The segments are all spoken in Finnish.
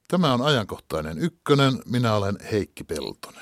Tämä on Ajankohtainen ykkönen. Minä olen Heikki Peltonen.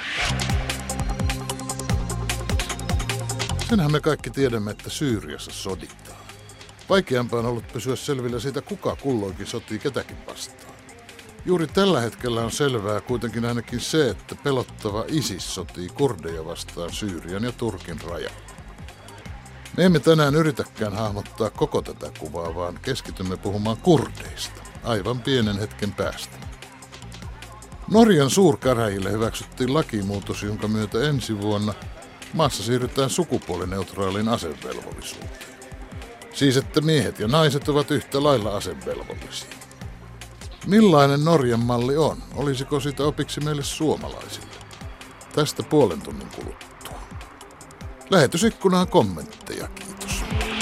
Senhän me kaikki tiedämme, että Syyriassa soditaan. Vaikeampaa on ollut pysyä selvillä siitä, kuka kulloinkin sotii ketäkin vastaan. Juuri tällä hetkellä on selvää kuitenkin ainakin se, että pelottava ISIS sotii kurdeja vastaan Syyrian ja Turkin rajalla. Me emme tänään yritäkään hahmottaa koko tätä kuvaa, vaan keskitymme puhumaan kurdeista aivan pienen hetken päästä. Norjan suurkäräjille hyväksyttiin lakimuutos, jonka myötä ensi vuonna maassa siirrytään sukupuolineutraaliin asevelvollisuuteen. Siis että miehet ja naiset ovat yhtä lailla asevelvollisia. Millainen Norjan malli on? Olisiko sitä opiksi meille suomalaisille? Tästä puolen tunnin kuluttua. Lähetysikkunaan kommentteja, kiitos.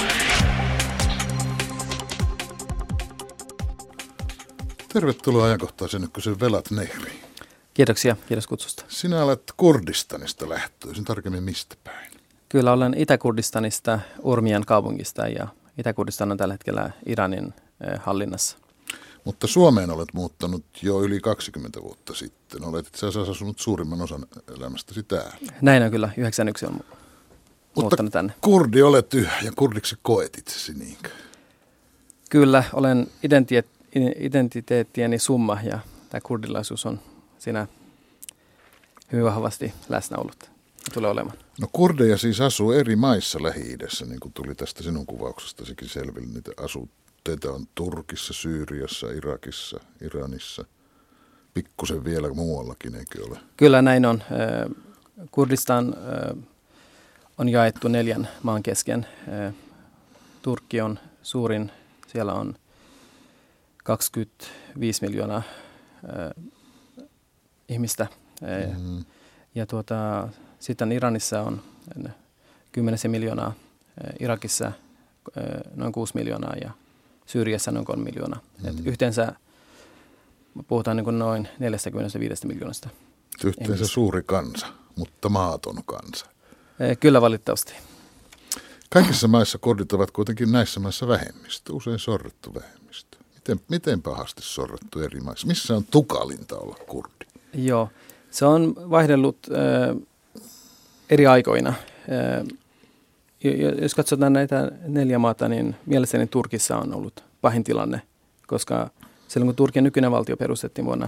Tervetuloa Ajankohtaisen ykkösen Velat Nehri. Kiitoksia, kiitos kutsusta. Sinä olet Kurdistanista lähtöisin, tarkemmin mistä päin? Kyllä olen Itä-Kurdistanista, Urmian kaupungista ja Itä-Kurdistan on tällä hetkellä Iranin hallinnassa. Mutta Suomeen olet muuttanut jo yli 20 vuotta sitten. Olet itse asiassa asunut suurimman osan elämästäsi täällä. Näin on kyllä, 91 on muuttanut tänne. Mutta kurdi olet ja kurdiksi koet itsesi niinkö? Kyllä, olen identiteettieni summa ja tämä kurdilaisuus on siinä hyvin vahvasti läsnä ollut ja tulee olemaan. No kurdeja siis asuu eri maissa Lähi-idässä, niin kuin tuli tästä sinun kuvauksestasikin selville. Niitä asutteita on Turkissa, Syyriassa, Irakissa, Iranissa, pikkusen vielä muuallakin, eikö ole? Kyllä näin on. Kurdistan on jaettu 4 maan kesken. Turkki on suurin, siellä on 25 miljoonaa ihmistä. Ja sitten Iranissa on 10 miljoonaa, Irakissa noin 6 miljoonaa ja Syyriassa noin 3 miljoonaa. Et yhteensä puhutaan niin kuin noin 45 miljoonasta. Yhteensä ihmistä. Suuri kansa, mutta maaton kansa. Kyllä valitettavasti. Kaikissa maissa kurdit ovat kuitenkin näissä maissa vähemmistö, usein sorrettu vähemmistö. Miten pahasti sorrettu eri maissa? Missä on tukalinta olla kurdi? Joo, se on vaihdellut eri aikoina. Jos katsotaan näitä 4 maata, niin mielestäni Turkissa on ollut pahin tilanne, koska silloin kun Turkin nykyinen valtio perustettiin vuonna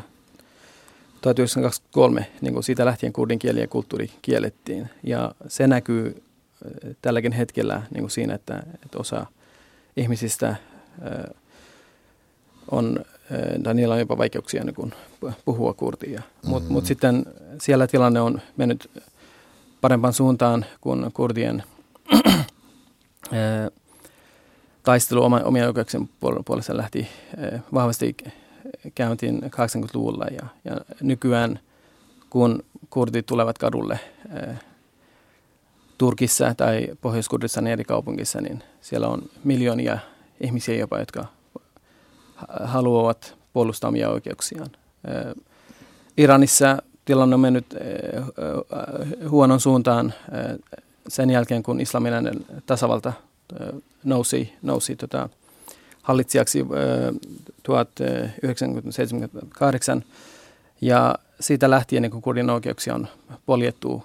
1923, niin kuin siitä lähtien kurdin kieli ja kulttuuri kiellettiin. Ja se näkyy tälläkin hetkellä niin kuin siinä, että osa ihmisistä niillä on jopa vaikeuksia niin kuin puhua kurdia. Mutta sitten siellä tilanne on mennyt parempaan suuntaan, kun kurdien taistelu omien oikeuksien puolesta lähti vahvasti käyntiin 80-luvulla. Ja nykyään, kun kurdit tulevat kadulle Turkissa tai Pohjois-Kurdistan eri kaupungissa, niin siellä on miljoonia ihmisiä jopa, jotka haluavat puolustaa omia oikeuksiaan. Iranissa tilanne on mennyt huonon suuntaan sen jälkeen, kun islamilainen tasavalta nousi hallitsijaksi 1978. Ja siitä lähtien niin kun kurdin oikeuksia on poljettu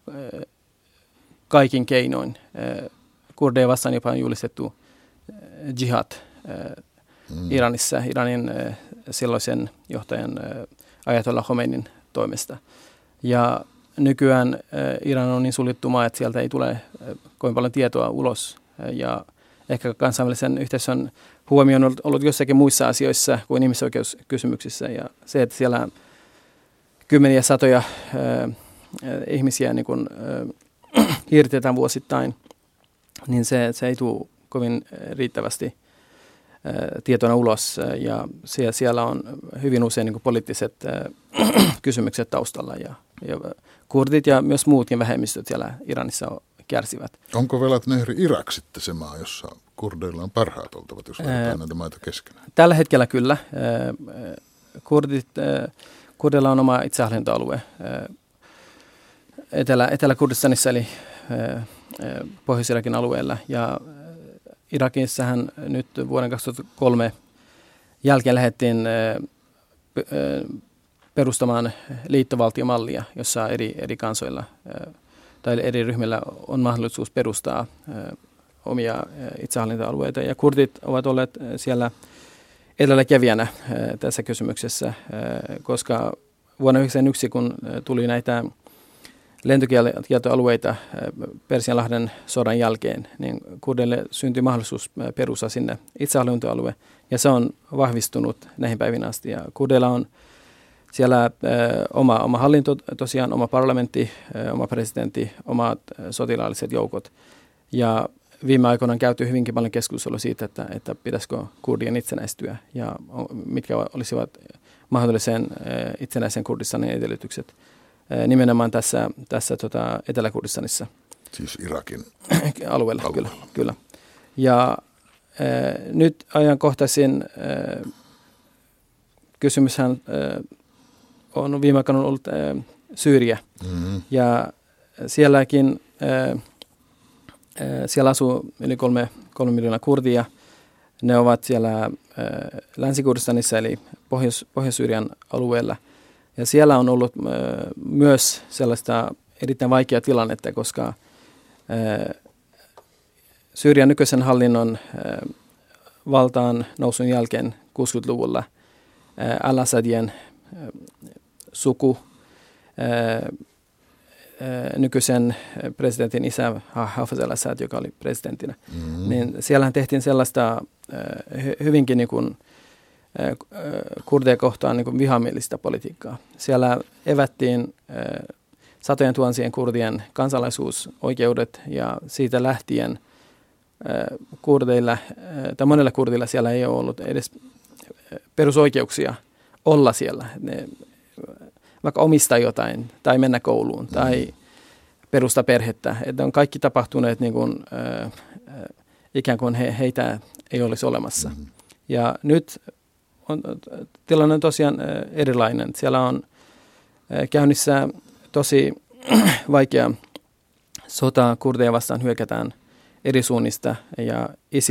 kaikin keinoin. Kurdeja vastaan jopa on julistettu jihad Iranissa, Iranin silloisen johtajan Ayatollah Khomeinin toimesta. Ja nykyään Iran on niin suljettu maa, että sieltä ei tule kovin paljon tietoa ulos. Ja ehkä kansainvälisen yhteisön huomio on ollut jossakin muissa asioissa kuin ihmisoikeuskysymyksissä. Ja se, että siellä kymmeniä satoja ihmisiä niin kuin, hirtetään vuosittain, niin se ei tule kovin riittävästi tietona ulos. Ja siellä on hyvin usein niin kuin poliittiset kysymykset taustalla. Ja kurdit ja myös muutkin vähemmistöt siellä Iranissa kärsivät. Onko Velat Nehri Irak sitten se maa, jossa kurdeilla on parhaat oltavat, jos verrataan näitä maita keskenään? Tällä hetkellä kyllä. Kurdeilla on oma itsehallintoalue Etelä-Kurdistanissa eli Pohjois-Irakin alueella. Ja Irakissahan nyt vuoden 2003 jälkeen lähdettiin perustamaan liittovaltiomallia, jossa eri kansoilla tai eri ryhmillä on mahdollisuus perustaa omia itsehallintoalueita. Ja kurdit ovat olleet siellä edelläkävijänä tässä kysymyksessä, koska vuonna 1991, kun tuli näitä lentokieltoalueita Persianlahden sodan jälkeen, niin kurdeille syntyi mahdollisuus perustaa sinne itsehallintoalue, ja se on vahvistunut näihin päivin asti. Ja kurdeilla on siellä oma hallinto, tosiaan oma parlamentti, oma presidentti, omat sotilaalliset joukot. Ja viime aikoina on käyty hyvinkin paljon keskustelua siitä, että pitäisikö kurdien itsenäistyä ja mitkä olisivat mahdollisen itsenäisen Kurdistanin edellytykset nimenomaan tässä Etelä-Kurdistanissa. Siis Irakin alueella. Kyllä. Ja nyt ajankohtaisin kysymyshän on viime aikoina ollut Syyria. Mm-hmm. Ja sielläkin siellä asuu yli 3 miljoonaa kurdia. Ne ovat siellä Länsi-Kurdistanissa eli Pohjois-Syyrian alueella. Ja siellä on ollut myös sellaista erittäin vaikeaa tilannetta, koska Syyrian nykyisen hallinnon valtaan nousun jälkeen 60-luvulla al-Assadien suku, nykyisen presidentin isä Hafez al-Assad, joka oli presidenttinä, niin siellähän tehtiin sellaista hyvinkin niin kuin kurdeja kohtaan niin kuin vihamielistä politiikkaa. Siellä evättiin satojen tuhansien kurdien kansalaisuusoikeudet ja siitä lähtien kurdeilla, tai monella kurdilla siellä ei ole ollut edes perusoikeuksia olla siellä. Ne vaikka omistaa jotain tai mennä kouluun tai perustaa perhettä. Että on kaikki tapahtuneet niin kuin, ikään kuin heitä ei olisi olemassa. Ja nyt tilanne on tosiaan erilainen. Siellä on käynnissä tosi vaikea sota, kurdeja vastaan hyökätään eri suunnista ja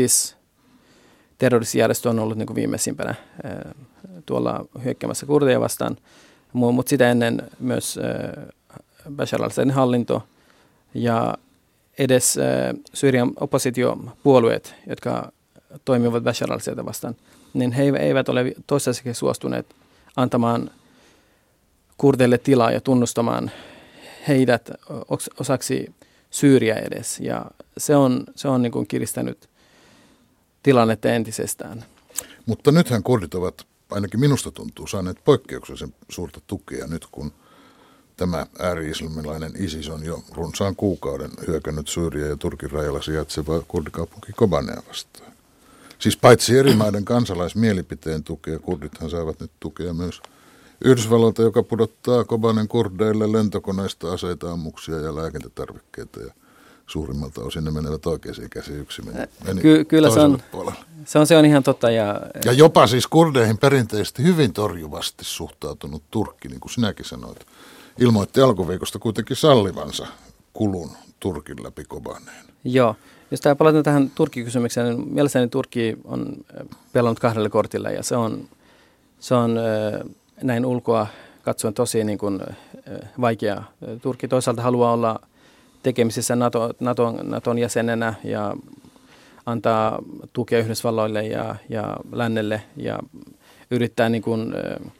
ISIS-terroristijärjestö on ollut niin kuin viimeisimpänä tuolla hyökkäämässä kurdeja vastaan, mutta sitä ennen myös Bashar al-Assadin hallinto ja edes Syyrian oppositiopuolueet, jotka toimivat Bashar al-Assadia vastaan, niin he eivät ole toistaiseksi suostuneet antamaan kurdeille tilaa ja tunnustamaan heidät osaksi Syyriä edes. Ja se on niin kuin kiristänyt tilannetta entisestään. Mutta nythän kurdit ovat, ainakin minusta tuntuu, saaneet poikkeuksellisen suurta tukea nyt, kun tämä ääri-islamilainen ISIS on jo runsaan kuukauden hyökännyt Syyrian ja Turkin rajalla sijaitsevaa kurdikaupunki Kobanea vastaan. Siis paitsi eri maiden kansalaismielipiteen tukea, kurdithan saavat nyt tukea myös Yhdysvallalta, joka pudottaa Kobanen kurdeille lentokoneista aseita, ammuksia ja lääkintätarvikkeita. Ja suurimmalta osin ne menevät oikeisiin käsiin, yksi meni kyllä se on ihan totta. Ja jopa siis kurdeihin perinteisesti hyvin torjuvasti suhtautunut Turkki, niin kuin sinäkin sanoit, ilmoitti alkuviikosta kuitenkin sallivansa kulun Turkin läpi Kobaneen. Joo. Jos palataan tähän Turkki-kysymykseen, niin mielestäni Turkki on pelannut 2 kortilla ja se on näin ulkoa katsoen tosi niin kuin, vaikeaa. Turkki toisaalta haluaa olla tekemisissä Naton jäsenenä ja antaa tukea Yhdysvalloille ja lännelle ja yrittää niin kuin,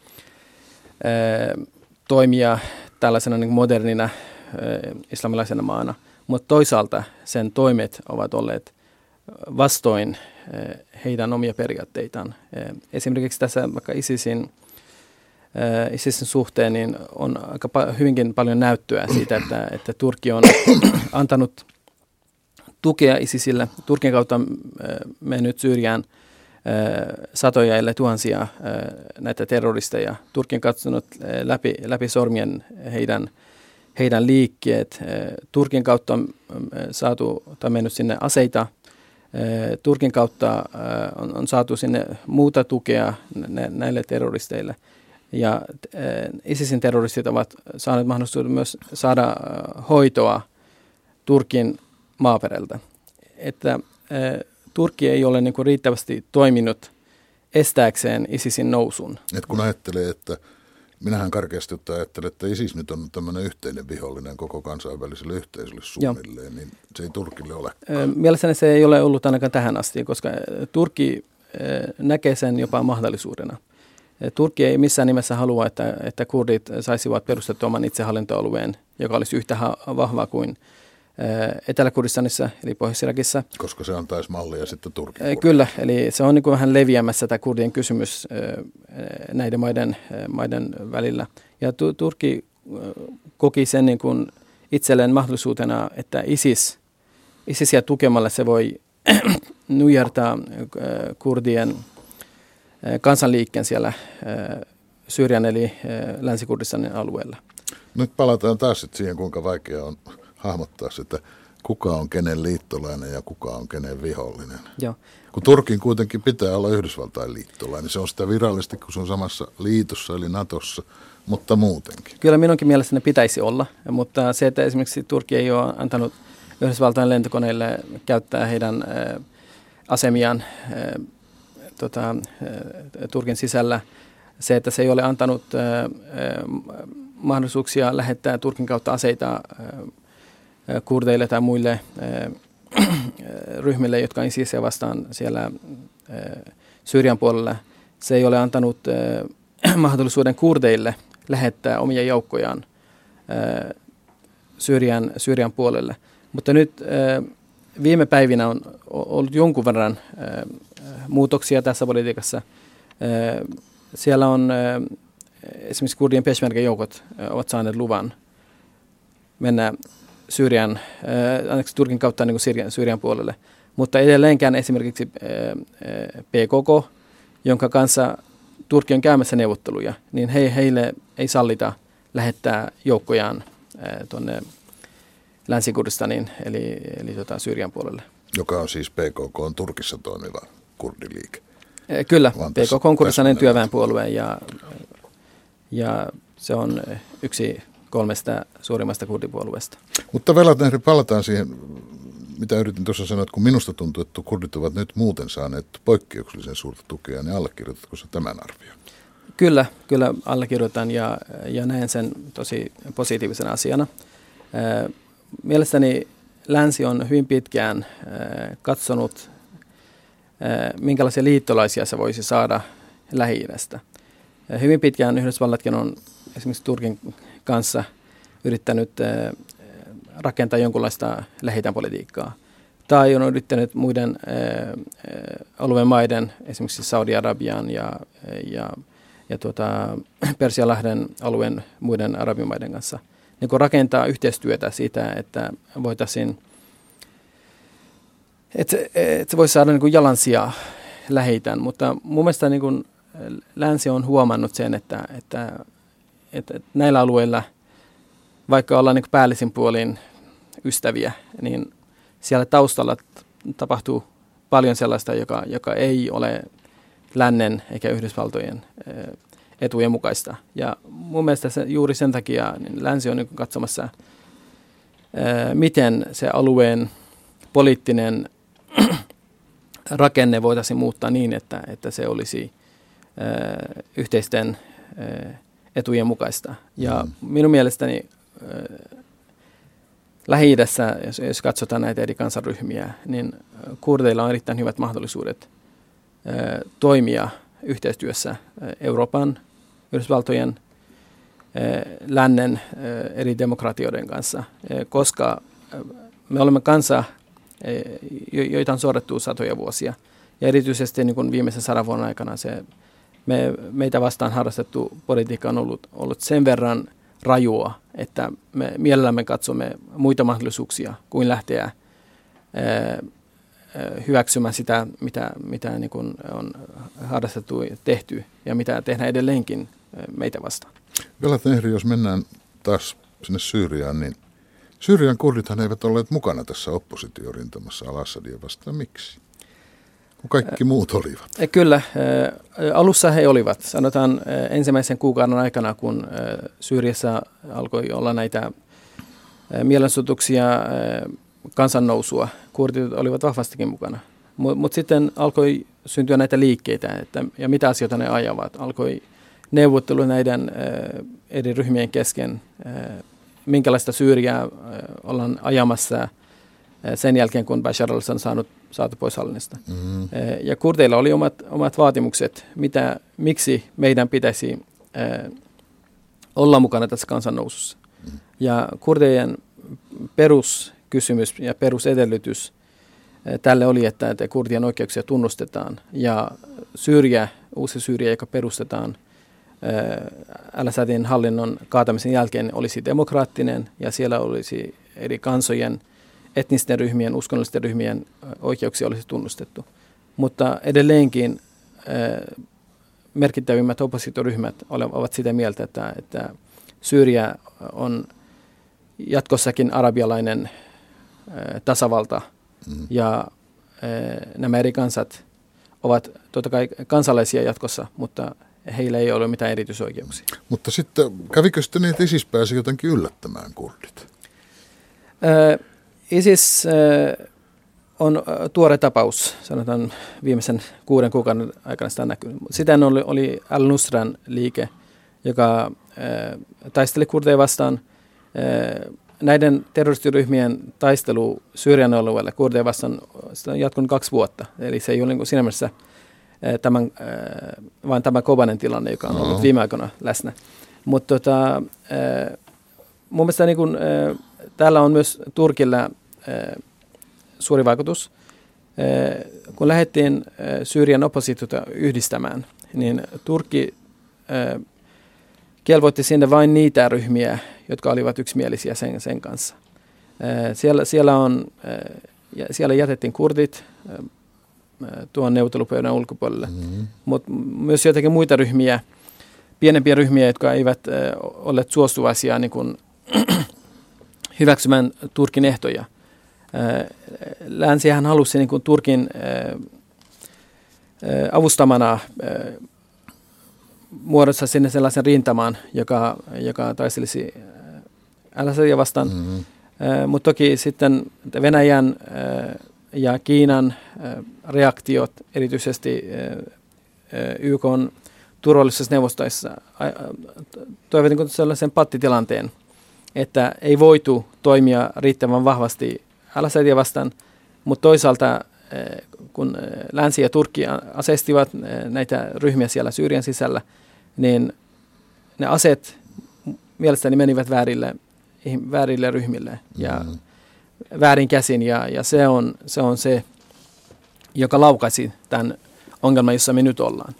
toimia tällaisena niin kuin modernina islamilaisena maana. Mutta toisaalta sen toimet ovat olleet vastoin heidän omia periaatteitaan. Esimerkiksi tässä vaikka ISISin suhteen niin on aika hyvinkin paljon näyttöä siitä, että Turkki on antanut tukea ISISille. Turkin kautta mennyt Syyriään satoja ellei tuhansia näitä terroristeja. Turkki on katsonut läpi sormien heidän liikkeet. Turkin kautta on saatu tai mennyt sinne aseita. Turkin kautta on saatu sinne muuta tukea näille terroristeille. Ja ISISin terroristit ovat saaneet mahdollisuuden myös saada hoitoa Turkin maaperältä. Että Turkki ei ole niin kuin riittävästi toiminut estääkseen ISISin nousun. Et kun ajattelee, että minähän karkeasti ajattelen, että ISIS nyt on tämmöinen yhteinen vihollinen koko kansainväliselle yhteisölle suunnilleen, niin se ei Turkille ole. Mielestäni se ei ole ollut ainakaan tähän asti, koska Turkki näkee sen jopa mahdollisuudena. Turkki ei missään nimessä halua, että kurdit saisivat perustettua oman itsehallintoalueen, joka olisi yhtä vahva kuin Etelä-Kurdistanissa eli Pohjois-Irakissa. Koska se antaisi mallia sitten Turkin. Kyllä, eli se on niin kuin vähän leviämässä tämä kurdien kysymys näiden maiden välillä. Ja Turkki koki sen niin kuin itselleen mahdollisuutena, että ISISiä tukemalla se voi nujertaa kurdien kansanliikkeen siellä Syyrian eli Länsi-Kurdistanin alueella. Nyt palataan taas siihen, kuinka vaikea on hahmottaa sitä, kuka on kenen liittolainen ja kuka on kenen vihollinen. Joo. Kun Turkin kuitenkin pitää olla Yhdysvaltain liittolainen, se on sitä virallisesti, kun se on samassa liitossa eli Natossa, mutta muutenkin. Kyllä minunkin mielestäni pitäisi olla, mutta se, että esimerkiksi Turkki ei ole antanut Yhdysvaltain lentokoneille käyttää heidän asemiaan Turkin sisällä, se, että se ei ole antanut mahdollisuuksia lähettää Turkin kautta aseita kurdeille tai muille ryhmille, jotka on ISISiä vastaan siellä Syyrian puolella. Se ei ole antanut mahdollisuuden kurdeille lähettää omia joukkojaan Syyrian puolelle. Mutta nyt viime päivinä on ollut jonkun verran muutoksia tässä politiikassa. Siellä on esimerkiksi kurdien peshmerga-joukot ovat saaneet luvan mennä Turkin kautta niin kuin Syyrian puolelle. Mutta edelleenkään esimerkiksi PKK, jonka kanssa Turkki on käymässä neuvotteluja, niin heille ei sallita lähettää joukkojaan tuonne Länsi-Kurdistaniin eli Syyrian puolelle. Joka on siis PKK on Turkissa toimiva kurdiliike. Kyllä, PKK on Kurdistanin työväenpuolue ja se on yksi 3 suurimmasta kurdipuolueesta. Mutta palataan siihen, mitä yritin tuossa sanoa, että kun minusta tuntuu, että kurdit ovat nyt muuten saaneet poikkeuksellisen suurta tukea, niin allekirjoitatko sä tämän arvion? Kyllä allekirjoitan ja näen sen tosi positiivisena asiana. Mielestäni länsi on hyvin pitkään katsonut, minkälaisia liittolaisia se voisi saada Lähi-idästä. Hyvin pitkään Yhdysvallatkin on esimerkiksi Turkin kanssa yrittänyt rakentaa jonkunlaista Lähi-idän politiikkaa. Tai on yrittänyt muiden alueen maiden, esimerkiksi Saudi-Arabian ja Persianlahden alueen muiden arabimaiden kanssa niin kuin rakentaa yhteistyötä siitä, että voitaisiin, että se voisi saada niin kuin jalansijaa Lähi-itään. Mutta mun mielestä niin kuin länsi on huomannut sen, että näillä alueilla, vaikka ollaan niin kuin päällisin puolin ystäviä, niin siellä taustalla tapahtuu paljon sellaista, joka ei ole lännen eikä Yhdysvaltojen etujen mukaista. Ja mun mielestä juuri sen takia niin länsi on niin kuin katsomassa, miten se alueen poliittinen rakenne voitaisiin muuttaa niin, että se olisi yhteisten etujen mukaista. Ja minun mielestäni Lähi-idässä, jos katsotaan näitä eri kansanryhmiä, niin kurdeilla on erittäin hyvät mahdollisuudet toimia yhteistyössä Euroopan, Yhdysvaltojen, lännen eri demokratioiden kanssa, koska me olemme kansa, joita on sorrettu satoja vuosia. Ja erityisesti niin kuin viimeisen 100 vuoden aikana meitä vastaan harrastettu politiikka on ollut sen verran rajua, että me mielellämme katsomme muita mahdollisuuksia kuin lähteä hyväksymään sitä, mitä niin kuin on harrastettu ja tehty ja mitä tehdään edelleenkin meitä vastaan. Velat Nehri, jos mennään taas sinne Syyriaan, niin Syyrian kurdithan eivät olleet mukana tässä oppositiorintamassa al-Assadia vastaan. Miksi? Kun kaikki muut olivat. Kyllä. Alussa he olivat. Sanotaan ensimmäisen kuukauden aikana, kun Syyriassa alkoi olla näitä mielenosoituksia, kansannousua. Kurdit olivat vahvastikin mukana. Mutta sitten alkoi syntyä näitä liikkeitä, ja mitä asioita ne ajavat. Alkoi neuvottelu näiden eri ryhmien kesken, minkälaista Syyriaa ollaan ajamassa sen jälkeen, kun Bashar al-Assad on saatu pois hallinnasta. Mm-hmm. Ja kurdeilla oli omat vaatimukset, miksi meidän pitäisi olla mukana tässä kansannousussa. Mm-hmm. Ja kurdejen peruskysymys ja perusedellytys tälle oli, että kurdien oikeuksia tunnustetaan. Ja uusi Syyria, joka perustetaan al-Assadin hallinnon kaatamisen jälkeen, olisi demokraattinen ja siellä olisi eri kansojen, etnisten ryhmien, uskonnollisten ryhmien oikeuksia olisi tunnustettu. Mutta edelleenkin merkittävimmät oppositioryhmät ovat sitä mieltä, että Syyria on jatkossakin arabialainen tasavalta ja nämä eri kansat ovat totta kai kansalaisia jatkossa, mutta heillä ei ole mitään erityisoikeuksia. Mutta sitten kävikö sitten niin, että ISIS pääsi jotenkin yllättämään kurdit? ISIS on tuore tapaus, sanotaan viimeisen 6 kuukauden aikana sitä on näkynyt. Sitten oli Al-Nusran liike, joka taisteli kurdeja vastaan. Näiden terroristiryhmien taistelu Syyrian alueella kurdeja vastaan on jatkunut 2 vuotta. Eli se ei ole siinä mielessä vain tämä Kobanen tilanne, joka on ollut viime aikoina läsnä. Mutta mun mielestä täällä on myös Turkilla suuri vaikutus. Kun lähdettiin Syyrian oppositiota yhdistämään, niin Turkki kelvoitti sinne vain niitä ryhmiä, jotka olivat yksimielisiä sen kanssa. Siellä jätettiin kurdit tuon neuvottelupöydän ulkopuolelle, mutta myös jotakin muita ryhmiä, pienempiä ryhmiä, jotka eivät olleet suostuvaisia niin kuin hyväksymään Turkin ehtoja. Länsihän halusi niin kuin Turkin avustamana muodostaa sinne sellaisen rintaman, joka taistelisi al-Assadia vastaan. Mutta toki sitten Venäjän ja Kiinan reaktiot, erityisesti YK:n turvallisuusneuvostoissa neuvostoissa, toivat niin sellaisen pattitilanteen, että ei voitu toimia riittävän vahvasti al-Assadia vastaan, mutta toisaalta kun Länsi ja Turkki aseistivat näitä ryhmiä siellä Syyrian sisällä, niin ne aseet mielestäni menivät väärille ryhmille ja väärin käsin, ja se on se, joka laukaisi tämän ongelman, jossa me nyt ollaan.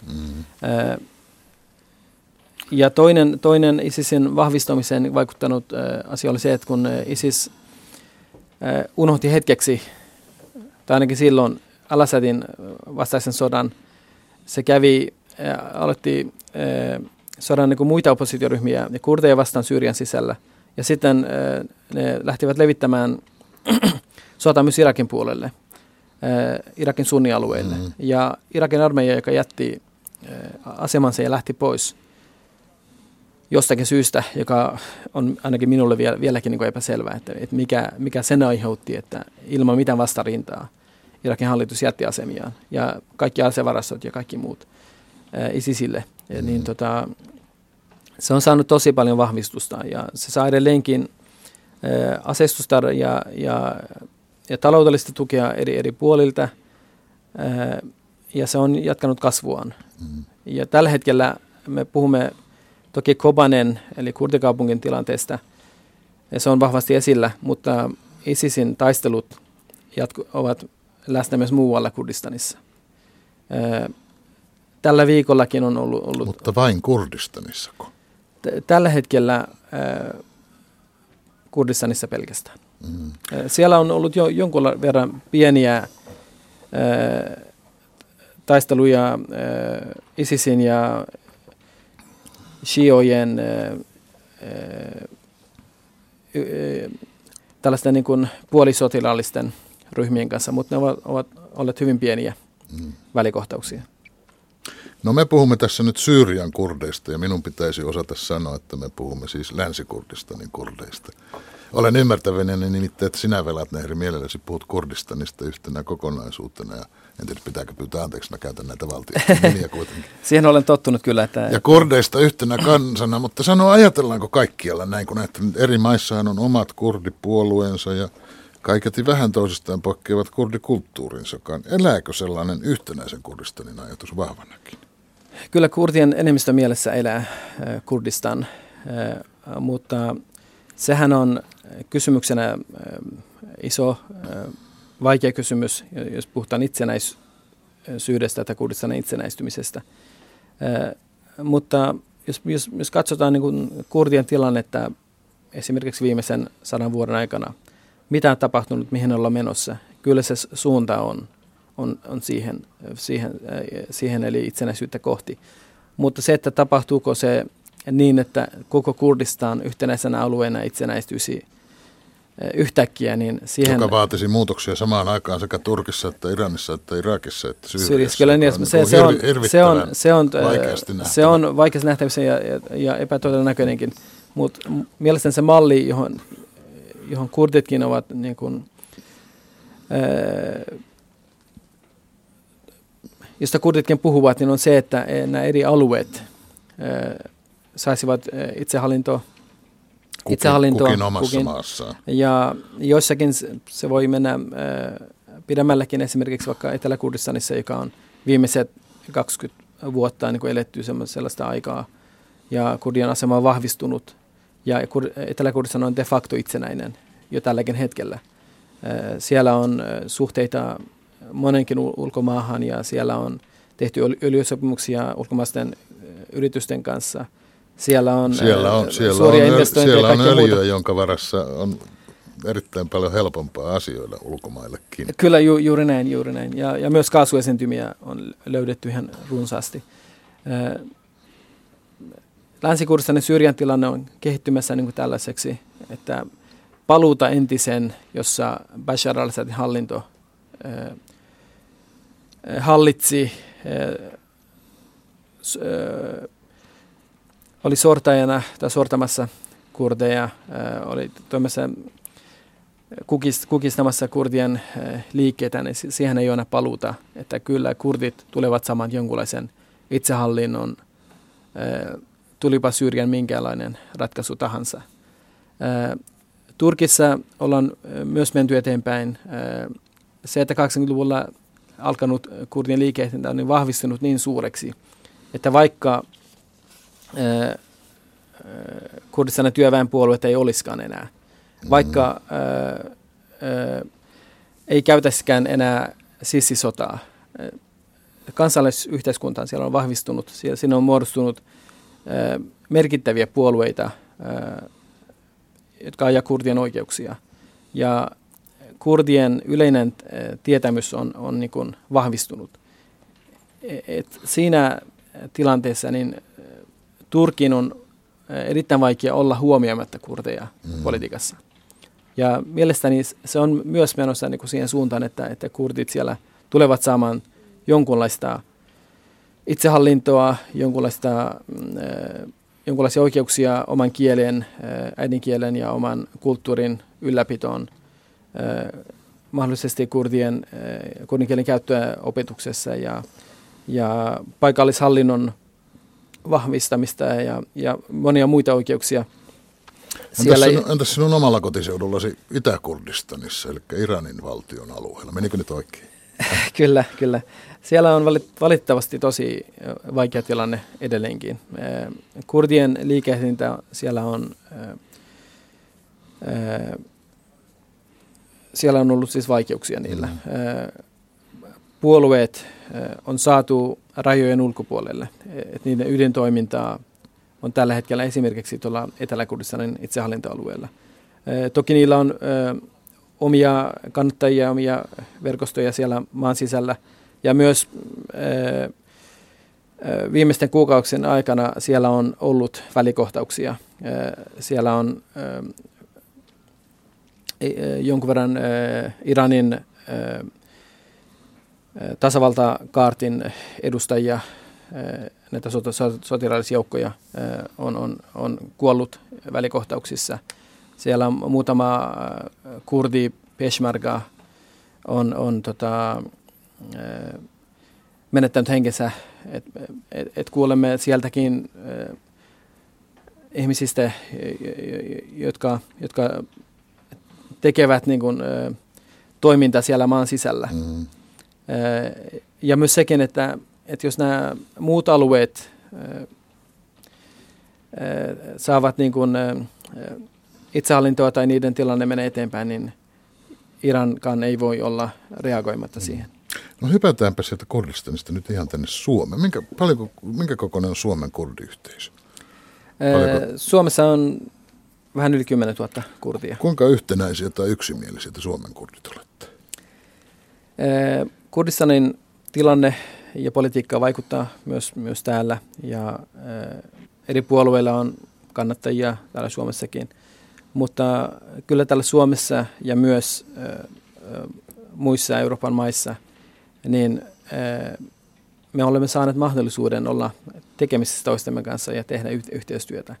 Ja toinen ISISin vahvistamiseen vaikuttanut asia oli se, että kun ISIS unohti hetkeksi, tai ainakin silloin al-Assadin vastaisen sodan, se aloitti sodan niin kuin muita oppositioryhmiä ja kurdeja vastaan Syyrian sisällä. Ja sitten ne lähtivät levittämään sotaa myös Irakin puolelle, Irakin sunnialueille. Ja Irakin armeija, joka jätti asemansa ja lähti pois jostakin syystä, joka on ainakin minulle vieläkin niin kuin epäselvää, että mikä sen aiheutti, että ilman mitään vastarintaa Irakin hallitus jätti asemiaan ja kaikki asevarastot ja kaikki muut ISISille. Niin se on saanut tosi paljon vahvistusta ja se saa edelleenkin aseistusta ja taloudellista tukea eri puolilta ja se on jatkanut kasvuaan. Ja tällä hetkellä me puhumme toki Kobanen eli kurdikaupungin tilanteesta ja se on vahvasti esillä, mutta ISISin taistelut ovat läsnä myös muualla Kurdistanissa. Tällä viikollakin on ollut... Mutta vain Kurdistanissako? Tällä hetkellä Kurdistanissa pelkästään. Siellä on ollut jo jonkun verran pieniä taisteluja ISISin ja shiojen tällaisten niin kuin puolisotilaallisten ryhmien kanssa, mutta ne ovat olleet hyvin pieniä välikohtauksia. No me puhumme tässä nyt Syyrian kurdeista ja minun pitäisi osata sanoa, että me puhumme siis Länsi-Kurdistanin kurdeista. Olen ymmärtäväni nimittäin, että sinä Velatnehri mielelläsi puhut Kurdistanista yhtenä kokonaisuutena. Ja en tiedä, pitääkö pyytää anteeksi, mä käytän näitä valtioita kuitenkin. Siihen olen tottunut kyllä. Että ja kurdeista yhtenä kansana, mutta ajatellaanko kaikkialla näin, kun näitä eri maissahan on omat kurdipuolueensa ja kaiketi vähän toisistaan poikkeavat kurdikulttuurinsakaan. Elääkö sellainen yhtenäisen Kurdistanin ajatus vahvanakin? Kyllä kurdien enemmistö mielessä elää Kurdistan, mutta sehän on kysymyksenä iso, vaikea kysymys, jos puhutaan itsenäisyydestä tai Kurdistanin itsenäistymisestä. Mutta jos katsotaan niin kuin kurdien tilannetta esimerkiksi viimeisen 100 vuoden aikana, mitä on tapahtunut, mihin ollaan menossa, kyllä se suunta on siihen eli itsenäisyyttä kohti. Mutta se, että tapahtuuko se niin, että koko Kurdistan yhtenäisenä alueena itsenäistyisi yhtäkkiä, niin siihen... Joka vaatisi muutoksia samaan aikaan sekä Turkissa, että Iranissa, että Irakissa, että Syyriassa. Kyllä, niin, se on vaikeasti nähtävissä ja epätodennäköinenkin, mutta mielestäni se malli, johon kurditkin ovat niin kuin, josta kurditkin puhuvat, niin on se, että nämä eri alueet saisivat itsehallintoa kukin omassa maassaan. Ja joissakin se voi mennä pidemmälläkin, esimerkiksi vaikka Etelä-Kurdistanissa, joka on viimeiset 20 vuotta niin kuin eletty sellaista aikaa, ja kurdien asema on vahvistunut, ja Etelä-Kurdistan on de facto itsenäinen jo tälläkin hetkellä. Siellä on suhteita monenkin ulkomaahan, ja siellä on tehty öljysopimuksia ulkomaisten yritysten kanssa. Siellä on suuria investointeja. Siellä on öljyä, jonka varassa on erittäin paljon helpompaa asioida ulkomaillekin. Kyllä, juuri näin. Ja myös kaasuesiintymiä on löydetty ihan runsaasti. Länsi-Kurdistanin Syyrian tilanne on kehittymässä niin kuin tällaiseksi, että paluuta entisen, jossa Bashar al-Assadin hallinto hallitsi, oli sortajana tai sortamassa kurdeja, oli toimimassa kukistamassa kurdien liikkeitä, niin siihen ei ole enää paluuta, että kyllä kurdit tulevat saamaan jonkunlaisen itsehallinnon, tulipa Syyrian minkäänlainen ratkaisu tahansa. Turkissa ollaan myös menty eteenpäin. Se, että 80-luvulla alkanut kurdien liikehdintä on niin vahvistunut niin suureksi, että vaikka Kurdistanin työväenpuolueita ei olisikaan enää, vaikka ei käytäisikään enää sissisotaa, kansalaisyhteiskuntaan siellä on vahvistunut, siinä on muodostunut merkittäviä puolueita, jotka ajaa kurdien oikeuksia. Ja kurdien yleinen tietämys on niin kuin vahvistunut. Siinä tilanteessa niin Turkin on erittäin vaikea olla huomioimatta kurdeja politiikassa. Ja mielestäni se on myös menossa niin kuin siihen suuntaan, että kurdit siellä tulevat saamaan jonkunlaista itsehallintoa, jonkunlaisia oikeuksia oman kielen, äidinkielen ja oman kulttuurin ylläpitoon, mahdollisesti kurdin kielen käyttöä opetuksessa ja paikallishallinnon vahvistamista ja monia muita oikeuksia. Entäs sinun omalla kotiseudullasi Itä-Kurdistanissa, eli Iranin valtion alueella? Menikö nyt oikein? Kyllä. Siellä on valitettavasti tosi vaikea tilanne edelleenkin. Kurdien liikehdintä siellä on ollut siis vaikeuksia niillä. Puolueet on saatu rajojen ulkopuolelle. Et niiden ydintoimintaa on tällä hetkellä esimerkiksi tuolla Etelä-Kurdistanin itsehallintoalueella. Toki niillä on omia kannattajia, omia verkostoja siellä maan sisällä. Ja myös viimeisten kuukausien aikana siellä on ollut välikohtauksia. Siellä on jonkun verran Iranin tasavaltakaartin edustajia, näitä sotilaallisia joukkoja on kuollut välikohtauksissa. Siellä on muutama kurdi peshmerga on menettänyt henkensä. Et kuulemme sieltäkin ihmisistä, jotka tekevät niin kuin, toimintaa siellä maan sisällä. Ja myös sekin, että jos nämä muut alueet saavat niin kuin, itsehallintoa tai niiden tilanne menee eteenpäin, niin Irankaan ei voi olla reagoimatta siihen. No hypätäänpä sieltä Kurdistanista nyt ihan tänne Suomeen. Minkä kokoinen on Suomen kurdiyhteisö? Suomessa on vähän yli 10 000 kurdia. Kuinka yhtenäisiä tai yksimielisiä Suomen kurdit olette? Kurdistanin tilanne ja politiikka vaikuttaa myös täällä ja eri puolueilla on kannattajia täällä Suomessakin. Mutta kyllä täällä Suomessa ja myös muissa Euroopan maissa, niin me olemme saaneet mahdollisuuden olla tekemisissä toistemme kanssa ja tehdä yhteistyötä.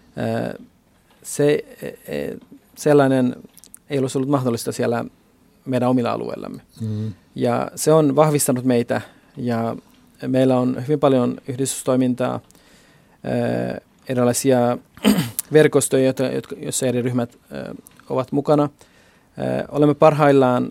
Sellainen ei olisi ollut mahdollista siellä meidän omilla alueillamme. Ja se on vahvistanut meitä ja meillä on hyvin paljon yhdistystoimintaa, erilaisia verkostoja, joissa eri ryhmät ovat mukana. Olemme parhaillaan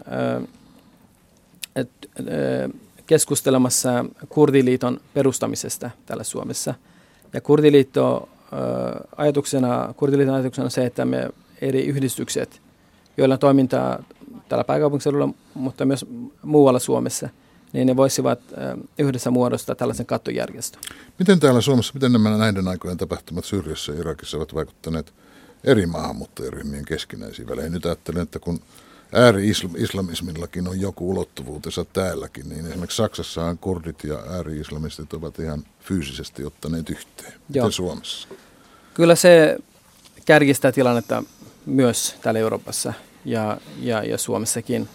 keskustelemassa Kurdiliiton perustamisesta täällä Suomessa. Ja Kurdiliiton ajatuksena on se, että me eri yhdistykset, joilla on toimintaa täällä pääkaupunkiseudulla, mutta myös muualla Suomessa, niin ne voisivat yhdessä muodostaa tällaisen kattojärjestön. Miten täällä Suomessa, miten nämä näiden aikojen tapahtumat Syyriassa ja Irakissa ovat vaikuttaneet eri maahanmuuttajaryhmien keskinäisiin väleihin? Nyt ajattelen, että kun ääri-islamismillakin on joku ulottuvuutensa täälläkin, niin esimerkiksi Saksassahan kurdit ja ääri-islamistit ovat ihan fyysisesti ottaneet yhteen. Miten Suomessa? Kyllä se kärjistää tilannetta myös täällä Euroopassa ja Suomessakin.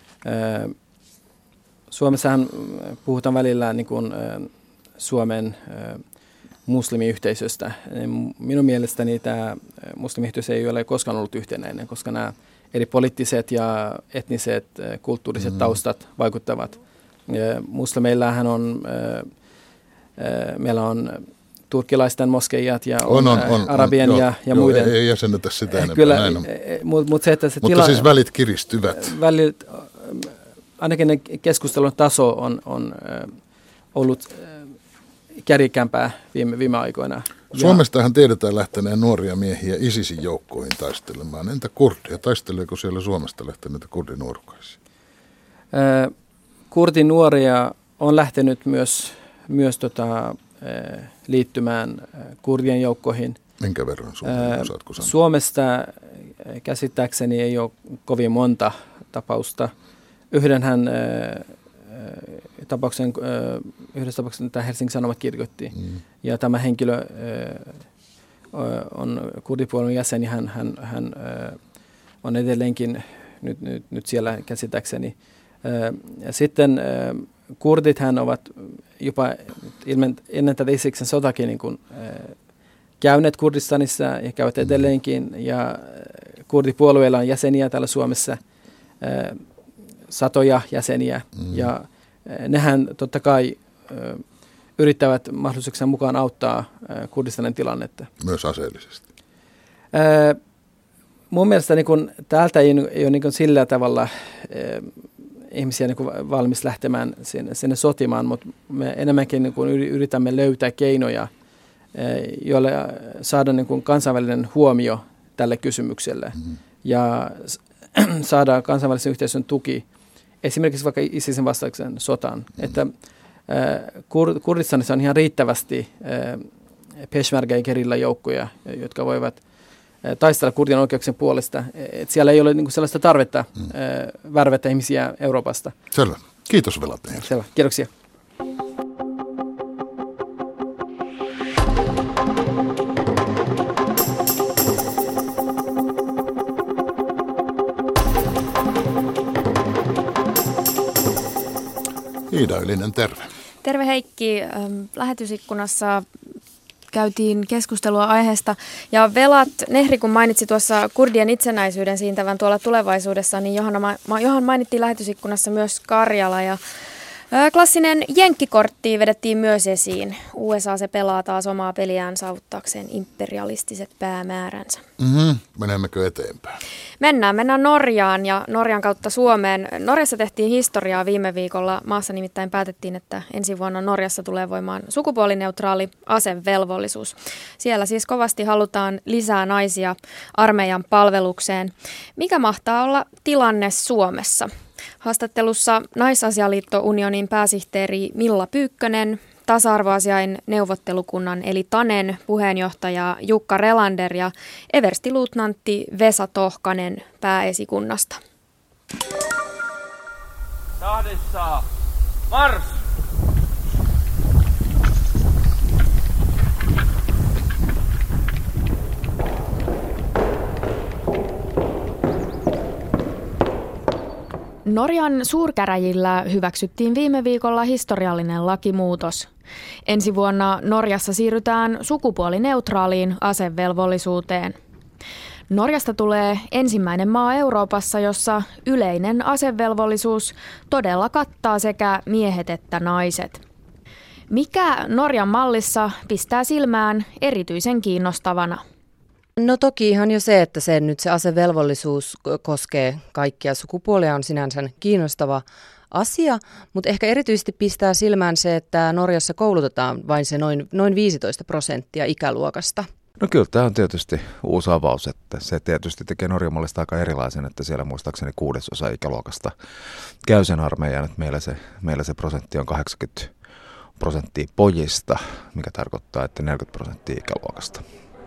Suomessahan puhutaan välillä niin kuin Suomen muslimiyhteisöstä. Minun mielestäni tämä muslimiyhteisö ei ole koskaan ollut yhtenäinen, koska nämä eri poliittiset ja etniset, kulttuuriset taustat vaikuttavat. Muslimeillähän on, meillä on turkkilaisten moskeijat ja arabien ja muiden. Ei jäsennetä sitä enempää. Kyllä, mutta siis välit kiristyvät. Ainakin keskustelun taso on ollut kärjikämpää viime aikoina. Suomestahan tiedetään lähteneen nuoria miehiä ISISin joukkoihin taistelemaan. Entä kurdia? Taisteleeko siellä Suomesta lähteneitä kurdinuorukaisia? Kurdinuoria on lähtenyt myös liittymään kurdien joukkoihin. Minkä verran osaatko sanoa? Suomesta käsittääkseni ei ole kovin monta tapausta. Yhdessä tapauksessa tämä Helsingin Sanomat kirjoitti. Ja tämä henkilö on kurdipuolueen jäsen ja hän on edelleenkin nyt siellä käsittääkseni. Ja sitten kurdithan ovat jopa ennen tätä Isiksen sotakin niin kuin, käyneet Kurdistanissa ja käyvät edelleenkin. Ja kurdipuolueilla on jäseniä täällä Suomessa, satoja jäseniä. Ja nehän totta kai yrittävät mahdollisuuksien mukaan auttaa Kurdistanin tilannetta. Myös aseellisesti? Mun mielestä niin kun, täältä ei ole niin kun sillä tavalla ihmisiä niin kun valmis lähtemään sinne sotimaan, mutta me enemmänkin niin kun yritämme löytää keinoja, joilla saada niin kun kansainvälinen huomio tälle kysymykselle ja saada kansainvälisen yhteisön tuki esimerkiksi vaikka ISISin vastauksen sotaan, että Kurdistanissa on ihan riittävästi peshmerga ja gerilla joukkoja, jotka voivat taistella kurdien oikeuksien puolesta. Et siellä ei ole niinku sellaista tarvetta värvätä ihmisiä Euroopasta. Selvä. Kiitos Velateer. Selvä. Kiitoksia. Iida Ylinen, terve. Terve Heikki. Lähetysikkunassa käytiin keskustelua aiheesta. Ja Velat Nehri, kun mainitsi tuossa kurdien itsenäisyyden siintävän tuolla tulevaisuudessa, niin Johan mainittiin lähetysikkunassa myös Karjala. Ja klassinen jenkkikortti vedettiin myös esiin. USA se pelaa taas omaa peliään saavuttaakseen imperialistiset päämääränsä. Menemmekö eteenpäin? Mennään Norjaan ja Norjan kautta Suomeen. Norjassa tehtiin historiaa viime viikolla. Maassa nimittäin päätettiin, että ensi vuonna Norjassa tulee voimaan sukupuolineutraali asevelvollisuus. Siellä siis kovasti halutaan lisää naisia armeijan palvelukseen. Mikä mahtaa olla tilanne Suomessa? Haastattelussa Naisasialiitto-unionin pääsihteeri Milla Pyykkönen, tasa-arvoasiain neuvottelukunnan eli TANEn puheenjohtaja Jukka Relander ja everstiluutnantti Vesa Tohkanen pääesikunnasta. Tahdissa mars! Norjan suurkäräjillä hyväksyttiin viime viikolla historiallinen lakimuutos. Ensi vuonna Norjassa siirrytään sukupuolineutraaliin asevelvollisuuteen. Norjasta tulee ensimmäinen maa Euroopassa, jossa yleinen asevelvollisuus todella kattaa sekä miehet että naiset. Mikä Norjan mallissa pistää silmään erityisen kiinnostavana? No toki ihan jo se, että se asevelvollisuus koskee kaikkia sukupuolia on sinänsä kiinnostava asia, mutta ehkä erityisesti pistää silmään se, että Norjassa koulutetaan vain se noin 15% ikäluokasta. No kyllä tämä on tietysti uusi avaus, että se tietysti tekee Norjan mallista aika erilaisen, että siellä muistaakseni 1/6 ikäluokasta käy sen armeijan, että meillä se prosentti on 80% pojista, mikä tarkoittaa, että 40% ikäluokasta.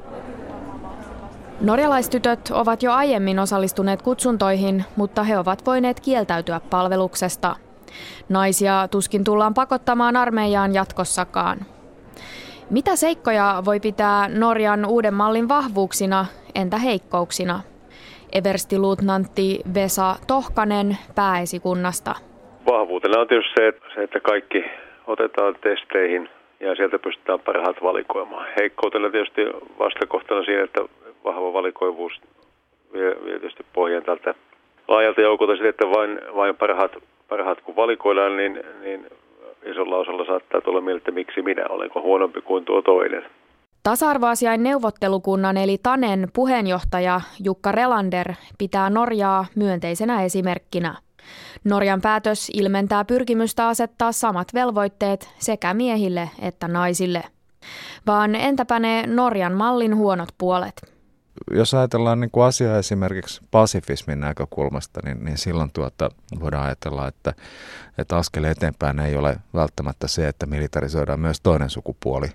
Norjalaistytöt ovat jo aiemmin osallistuneet kutsuntoihin, mutta he ovat voineet kieltäytyä palveluksesta. Naisia tuskin tullaan pakottamaan armeijaan jatkossakaan. Mitä seikkoja voi pitää Norjan uuden mallin vahvuuksina, entä heikkouksina? Everstiluutnantti Vesa Tohkanen pääesikunnasta. Vahvuutena on tietysti se, että kaikki otetaan testeihin ja sieltä pystytään parhaat valikoimaan. Heikkoutena tietysti vastakohtana siinä, että vahva valikoivuus vie tietysti pohjan tältä laajalta joukolta sitten, että vain parhaat kun valikoidaan, niin isolla osalla saattaa tulla mieleen, että miksi minä olenko huonompi kuin tuo toinen. Tasa-arvoasiain neuvottelukunnan eli TANEn puheenjohtaja Jukka Relander pitää Norjaa myönteisenä esimerkkinä. Norjan päätös ilmentää pyrkimystä asettaa samat velvoitteet sekä miehille että naisille. Vaan entäpä ne Norjan mallin huonot puolet? Jos ajatellaan niin kuin asiaa esimerkiksi pasifismin näkökulmasta, niin silloin voidaan ajatella, että askel eteenpäin ei ole välttämättä se, että militarisoidaan myös toinen sukupuoli.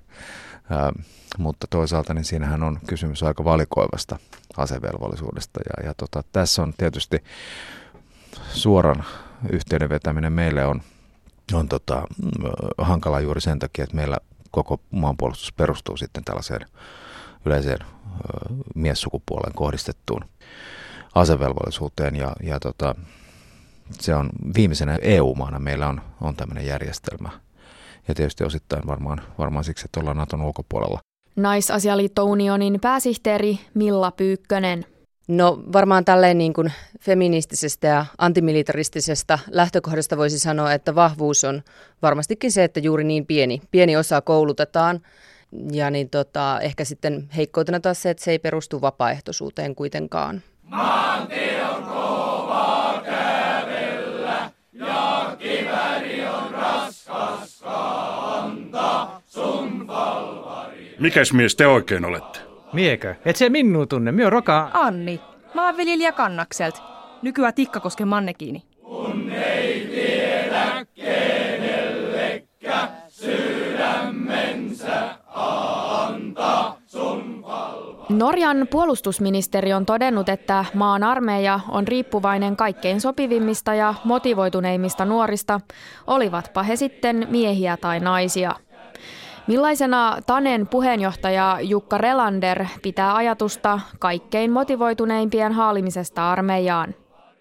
Mutta toisaalta niin siinähän on kysymys aika valikoivasta asevelvollisuudesta. Ja tässä on tietysti suoran yhteyden vetäminen meille on hankala juuri sen takia, että meillä koko maanpuolustus perustuu sitten tällaiseen yleiseen miessukupuoleen kohdistettuun asevelvollisuuteen ja se on viimeisenä EU-maana meillä on tämmöinen järjestelmä ja tietysti osittain varmaan siksi, että ollaan Naton ulkopuolella. Naisasialiitto-unionin pääsihteeri Milla Pyykkönen. No varmaan tälleen niin kuin feministisestä ja antimilitaristisesta lähtökohdasta voisi sanoa, että vahvuus on varmastikin se, että juuri niin pieni osa koulutetaan. Ja niin ehkä sitten heikkoutena taas se, että se ei perustu vapaaehtoisuuteen kuitenkaan. Maantie on kova kävellä ja kivääri on raskas kantaa sun palvari. Mikäs mies te oikein olette? Miekö? Et se minua tunne, myö roka... Anni, maanviljelijä Kannakselta. Nykyään Tikkakosken mannekiini. Kun ei tiedä kenellekä sydämensä antaa sun palva. Norjan puolustusministeri on todennut, että maan armeija on riippuvainen kaikkein sopivimmista ja motivoituneimmista nuorista, olivatpa he sitten miehiä tai naisia. Millaisena TANEn puheenjohtaja Jukka Relander pitää ajatusta kaikkein motivoituneimpien haalimisesta armeijaan?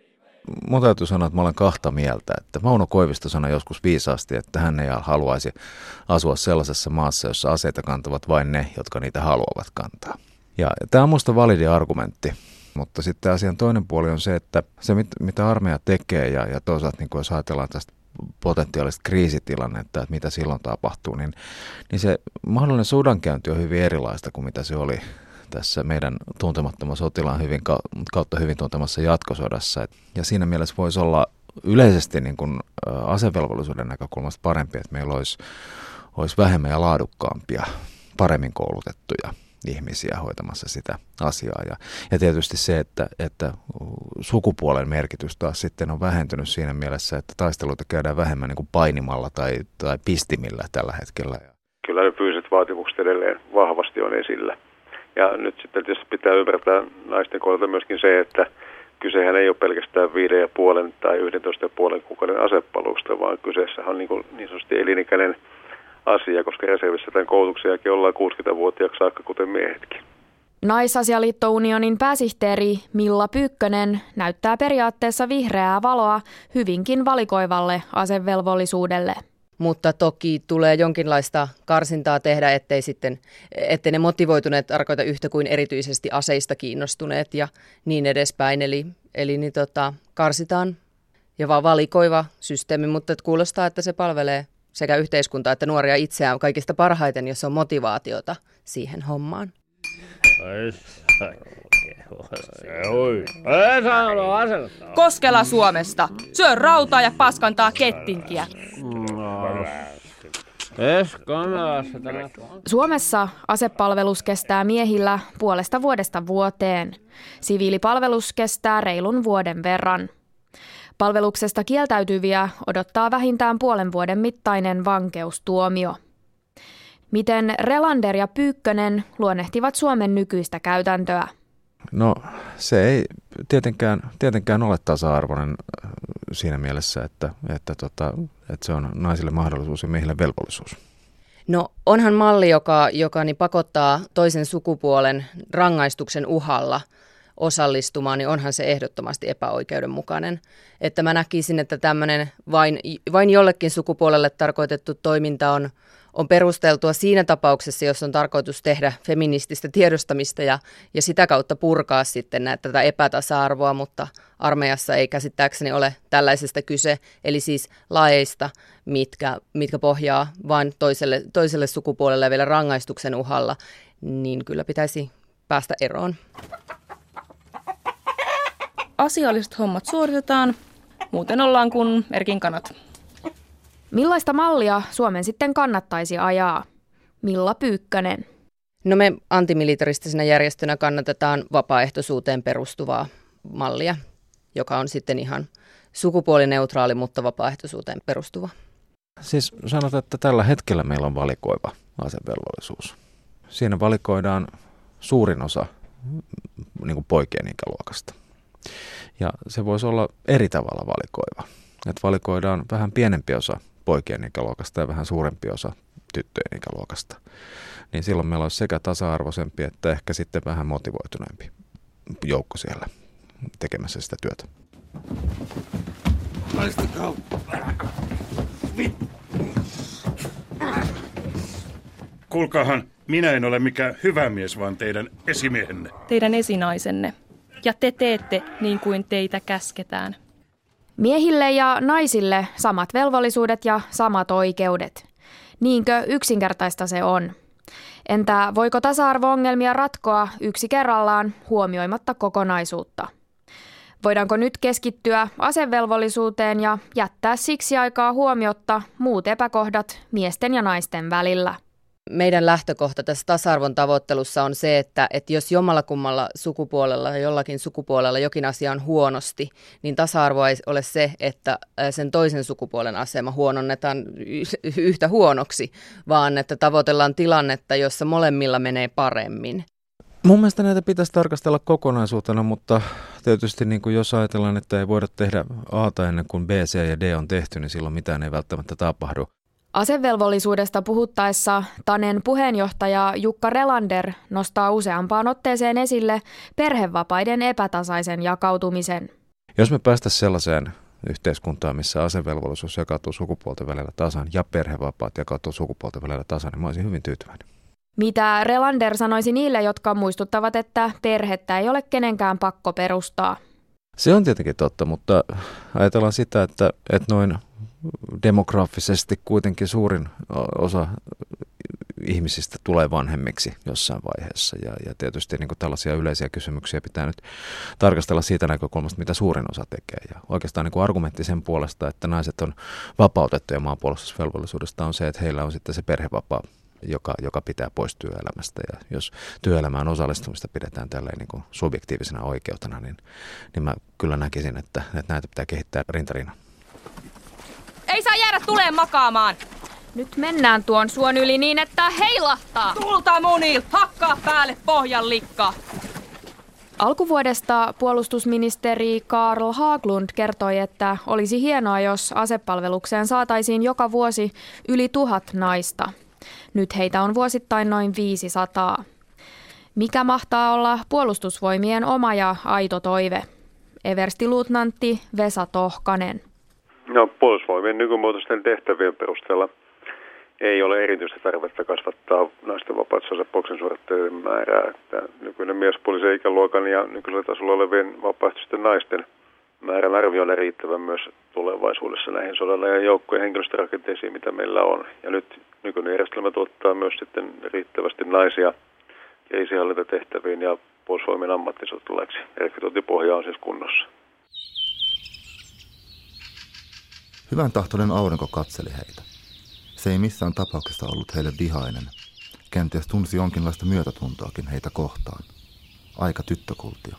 mun täytyy sanoa, että mä olen kahta mieltä. Että Mauno Koivisto sanoi joskus viisaasti, että hän ei haluaisi asua sellaisessa maassa, jossa aseita kantavat vain ne, jotka niitä haluavat kantaa. Ja tämä on musta validi argumentti. Mutta sitten asian toinen puoli on se, että se mitä armeija tekee ja toisaalta niin jos ajatellaan tästä potentiaalista kriisitilannetta, että mitä silloin tapahtuu, niin se mahdollinen sodankäynti on hyvin erilaista kuin mitä se oli tässä meidän tuntemattoman sotilaan kautta hyvin tuntemassa jatkosodassa. Ja siinä mielessä voisi olla yleisesti niin kuin asevelvollisuuden näkökulmasta parempi, että meillä olisi vähemmän ja laadukkaampia, paremmin koulutettuja ihmisiä hoitamassa sitä asiaa. Ja tietysti se, että sukupuolen merkitys taas sitten on vähentynyt siinä mielessä, että taisteluita käydään vähemmän niin kuin painimalla tai pistimillä tällä hetkellä. Kyllä ne fyysiset vaatimukset edelleen vahvasti on esillä. Ja nyt sitten tietysti pitää ymmärtää naisten kohdalta myöskin se, että kysehän ei ole pelkästään 5,5 tai 11,5 kuukauden asepalveluksesta, vaan kyseessä on niin sanotusti elinikäinen asia, koska reservissä tämän koulutuksen jälkeen ollaan 60-vuotiaaksi saakka, kuten miehetkin. Naisasialiittounionin pääsihteeri Milla Pyykkönen näyttää periaatteessa vihreää valoa hyvinkin valikoivalle asevelvollisuudelle. Mutta toki tulee jonkinlaista karsintaa tehdä, ettei ne motivoituneet tarkoita yhtä kuin erityisesti aseista kiinnostuneet ja niin edespäin. Eli karsitaan ja vaan valikoiva systeemi, mutta kuulostaa, että se palvelee sekä yhteiskuntaa että nuoria itseään kaikista parhaiten, jos on motivaatiota siihen hommaan. Koskela Suomesta. Syö rautaa ja paskantaa kettinkiä. Suomessa asepalvelus kestää miehillä 0,5 vuodesta vuoteen. Siviilipalvelus kestää reilun vuoden verran. Palveluksesta kieltäytyviä odottaa vähintään 0,5 vuoden mittainen vankeustuomio. Miten Relander ja Pyykkönen luonnehtivat Suomen nykyistä käytäntöä? No se ei tietenkään ole tasa-arvoinen siinä mielessä, että se on naisille mahdollisuus ja miehille velvollisuus. No onhan malli, joka pakottaa toisen sukupuolen rangaistuksen uhalla osallistumaan, niin onhan se ehdottomasti epäoikeudenmukainen. Että mä näkisin, että tämmöinen vain jollekin sukupuolelle tarkoitettu toiminta on perusteltua siinä tapauksessa, jos on tarkoitus tehdä feminististä tiedostamista ja sitä kautta purkaa sitten tätä epätasa-arvoa, mutta armeijassa ei käsittääkseni ole tällaisesta kyse, eli siis laeista, mitkä pohjaa vain toiselle sukupuolelle vielä rangaistuksen uhalla, niin kyllä pitäisi päästä eroon. Asialliset hommat suoritetaan, muuten ollaan kuin Erkin kanat. Millaista mallia Suomen sitten kannattaisi ajaa? Milla Pyykkönen. No me antimilitaristisena järjestönä kannatetaan vapaaehtoisuuteen perustuvaa mallia, joka on sitten ihan sukupuolineutraali, mutta vapaaehtoisuuteen perustuva. Siis sanotaan, että tällä hetkellä meillä on valikoiva asevelvollisuus. Siinä valikoidaan suurin osa niin kuin poikien ikäluokasta. Ja se voisi olla eri tavalla valikoiva. Että valikoidaan vähän pienempi osa poikien ikäluokasta ja vähän suurempi osa tyttöjen ikäluokasta. Niin silloin meillä olisi sekä tasa-arvoisempi että ehkä sitten vähän motivoituneempi joukko siellä tekemässä sitä työtä. Kuulkaahan, minä en ole mikään hyvä mies, vaan teidän esimiehenne. Teidän esinaisenne. Ja te teette niin kuin teitä käsketään. Miehille ja naisille samat velvollisuudet ja samat oikeudet. Niinkö yksinkertaista se on? Entä voiko tasa-arvo-ongelmia ratkoa yksi kerrallaan huomioimatta kokonaisuutta? Voidaanko nyt keskittyä asevelvollisuuteen ja jättää siksi aikaa huomiotta muut epäkohdat miesten ja naisten välillä? Meidän lähtökohta tässä tasa-arvon tavoittelussa on se, että jos jommallakummalla sukupuolella ja jollakin sukupuolella jokin asia on huonosti, niin tasa-arvoa ei ole se, että sen toisen sukupuolen asema huononnetaan yhtä huonoksi, vaan että tavoitellaan tilannetta, jossa molemmilla menee paremmin. Mun mielestä näitä pitäisi tarkastella kokonaisuutena, mutta tietysti niin kuin jos ajatellaan, että ei voida tehdä A:ta ennen kuin B, C ja D on tehty, niin silloin mitään ei välttämättä tapahdu. Asevelvollisuudesta puhuttaessa TANen puheenjohtaja Jukka Relander nostaa useampaan otteeseen esille perhevapaiden epätasaisen jakautumisen. Jos me päästäisiin sellaiseen yhteiskuntaan, missä asevelvollisuus jakautuu sukupuolten välillä tasan ja perhevapaat jakautuu sukupuolten välillä tasan, niin mä olisin hyvin tyytyväinen. Mitä Relander sanoisi niille, jotka muistuttavat, että perhettä ei ole kenenkään pakko perustaa? Se on tietenkin totta, mutta ajatellaan sitä, että noin demograafisesti kuitenkin suurin osa ihmisistä tulee vanhemmiksi jossain vaiheessa. Ja tietysti niin kuin tällaisia yleisiä kysymyksiä pitää nyt tarkastella siitä näkökulmasta, mitä suurin osa tekee. Ja oikeastaan niin kuin argumentti sen puolesta, että naiset on vapautettuja maanpuolustusvelvollisuudesta, on se, että heillä on sitten se perhevapaa, joka pitää pois työelämästä. Ja jos työelämään osallistumista pidetään tälleen niin kuin subjektiivisena oikeutena, niin mä kyllä näkisin, että näitä pitää kehittää rintarinnan. Ei saa jäädä tuleen makaamaan. Nyt mennään tuon suon yli niin, että heilahtaa. Tulta munil, hakkaa päälle pohjan likka. Alkuvuodesta puolustusministeri Carl Haglund kertoi, että olisi hienoa, jos asepalvelukseen saataisiin joka vuosi yli 1000 naista. Nyt heitä on vuosittain noin 500. Mikä mahtaa olla puolustusvoimien oma ja aito toive? Everstiluutnantti Vesa Tohkanen. No, puolustusvoimien nykymuotoisten tehtävien perusteella ei ole erityistä tarvetta kasvattaa naisten vapaassa asepalveluksen suorittajien määrää. Että nykyinen miespuolisen ikäluokan ja nykyisellä tasolla olevien vapaaehtoisten naisten määrän arvioidaan riittävän myös tulevaisuudessa näihin sodanajan joukkojen henkilöstörakenteisiin, mitä meillä on. Ja nyt nykyinen järjestelmä tuottaa myös sitten riittävästi naisia kriisinhallintatehtäviin ja puolustusvoimien ammattisotilaiksi. Rekrytointipohja on siis kunnossa. Hyvän tahtoinen aurinko katseli heitä. Se ei missään tapauksessa ollut heille vihainen. Kenties tunsi jonkinlaista myötätuntoakin heitä kohtaan. Aika tyttökultio.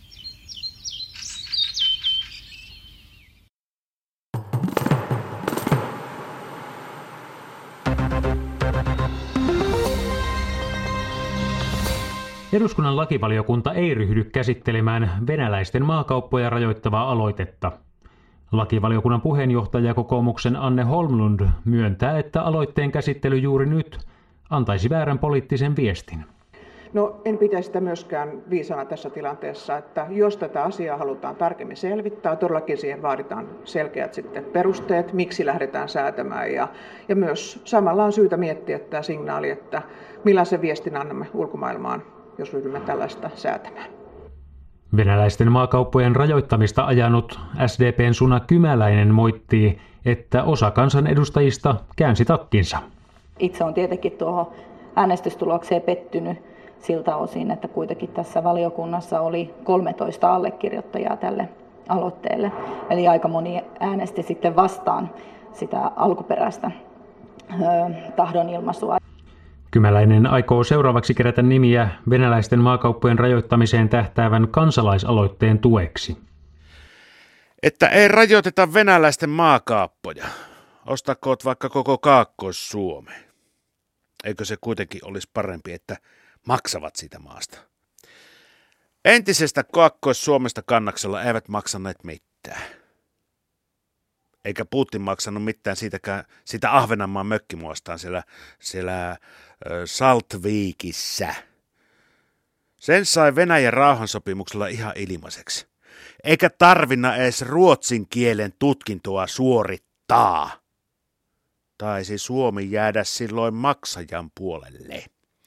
Eduskunnan lakivaliokunta ei ryhdy käsittelemään venäläisten maakauppoja rajoittavaa aloitetta. Lakivaliokunnan puheenjohtaja kokoomuksen Anne Holmlund myöntää, että aloitteen käsittely juuri nyt antaisi väärän poliittisen viestin. No, en pitäisi sitä myöskään viisana tässä tilanteessa, että jos tätä asiaa halutaan tarkemmin selvittää, todellakin siihen vaaditaan selkeät sitten perusteet, miksi lähdetään säätämään. Ja myös samalla on syytä miettiä tämä signaali, että millaisen viestin annamme ulkomaailmaan, jos ryhdymme tällaista säätämään. Venäläisten maakauppojen rajoittamista ajanut SDP:n Suna Kymäläinen moittii, että osa kansanedustajista käänsi takkinsa. Itse on tietenkin tuohon äänestystulokseen pettynyt siltä osin, että kuitenkin tässä valiokunnassa oli 13 allekirjoittajaa tälle aloitteelle. Eli aika moni äänesti sitten vastaan sitä alkuperäistä tahdonilmaisua. Kymäläinen aikoo seuraavaksi kerätä nimiä venäläisten maakauppojen rajoittamiseen tähtäävän kansalaisaloitteen tueksi. Että ei rajoiteta venäläisten maakauppoja. Ostakoot vaikka koko Kaakkois-Suomi. Eikö se kuitenkin olisi parempi, että maksavat siitä maasta? Entisestä Kaakkois-Suomesta kannaksella eivät maksaneet mitään. Eikä Putin maksanut mitään siitä Ahvenanmaan mökkimuostaan siellä Saltvikissä. Sen sai Venäjän rauhansopimuksella ihan ilmaiseksi. Eikä tarvinna edes ruotsin kielen tutkintoa suorittaa. Taisi Suomi jäädä silloin maksajan puolelle.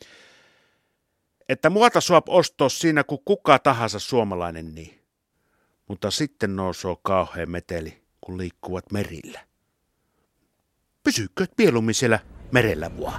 Että muuta suop ostaa siinä kuin kuka tahansa suomalainen niin. Mutta sitten nousee kauhea meteli, kun liikkuvat merillä. Pysykö mieluummin siellä merellä vaan.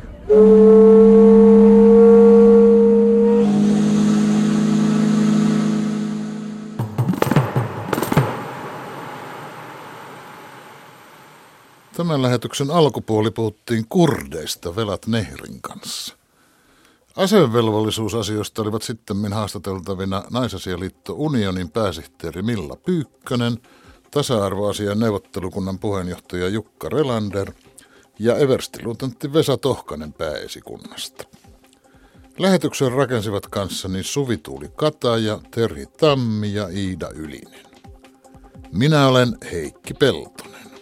Tämän lähetyksen alkupuoli puhuttiin kurdeista Velat Nehrin kanssa. Asevelvollisuusasioista olivat sittemmin haastateltavina Naisasialiitto Unionin pääsihteeri Milla Pyykkönen, tasa-arvoasian neuvottelukunnan puheenjohtaja Jukka Relander ja everstiluutentti Vesa Tohkanen pääesikunnasta. Lähetyksen rakensivat kanssani Suvi-Tuuli Kataja, Terhi Tammi ja Iida Ylinen. Minä olen Heikki Peltonen.